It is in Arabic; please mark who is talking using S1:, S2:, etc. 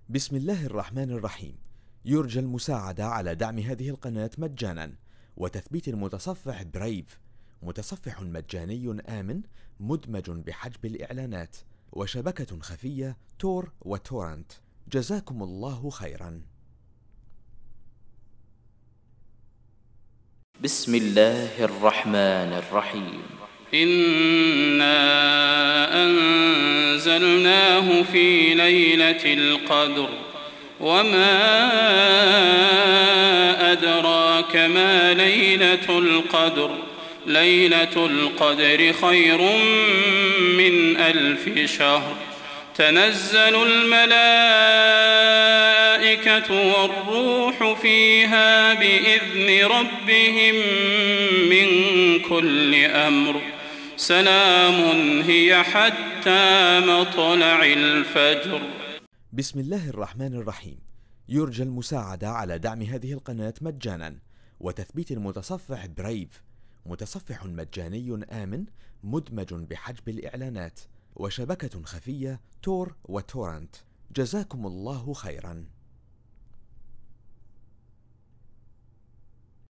S1: بسم الله الرحمن الرحيم. يرجى المساعدة على دعم هذه القناة مجانا وتثبيت المتصفح برايف، متصفح مجاني آمن مدمج بحجب الإعلانات وشبكة خفية تور وتورنت. جزاكم الله خيرا.
S2: بسم الله الرحمن الرحيم.
S3: إنا أنزلناه في ليلة القدر وما أدراك ما ليلة القدر. ليلة القدر خير من 1000 شهر. تنزل الملائكة والروح فيها بإذن ربهم من كل أمر. سلام هي حتى مطلع الفجر.
S1: بسم الله الرحمن الرحيم. يرجى المساعدة على دعم هذه القناة مجانا وتثبيت المتصفح برايف، متصفح مجاني آمن مدمج بحجب الإعلانات وشبكة خفية تور وتورنت. جزاكم الله خيرا.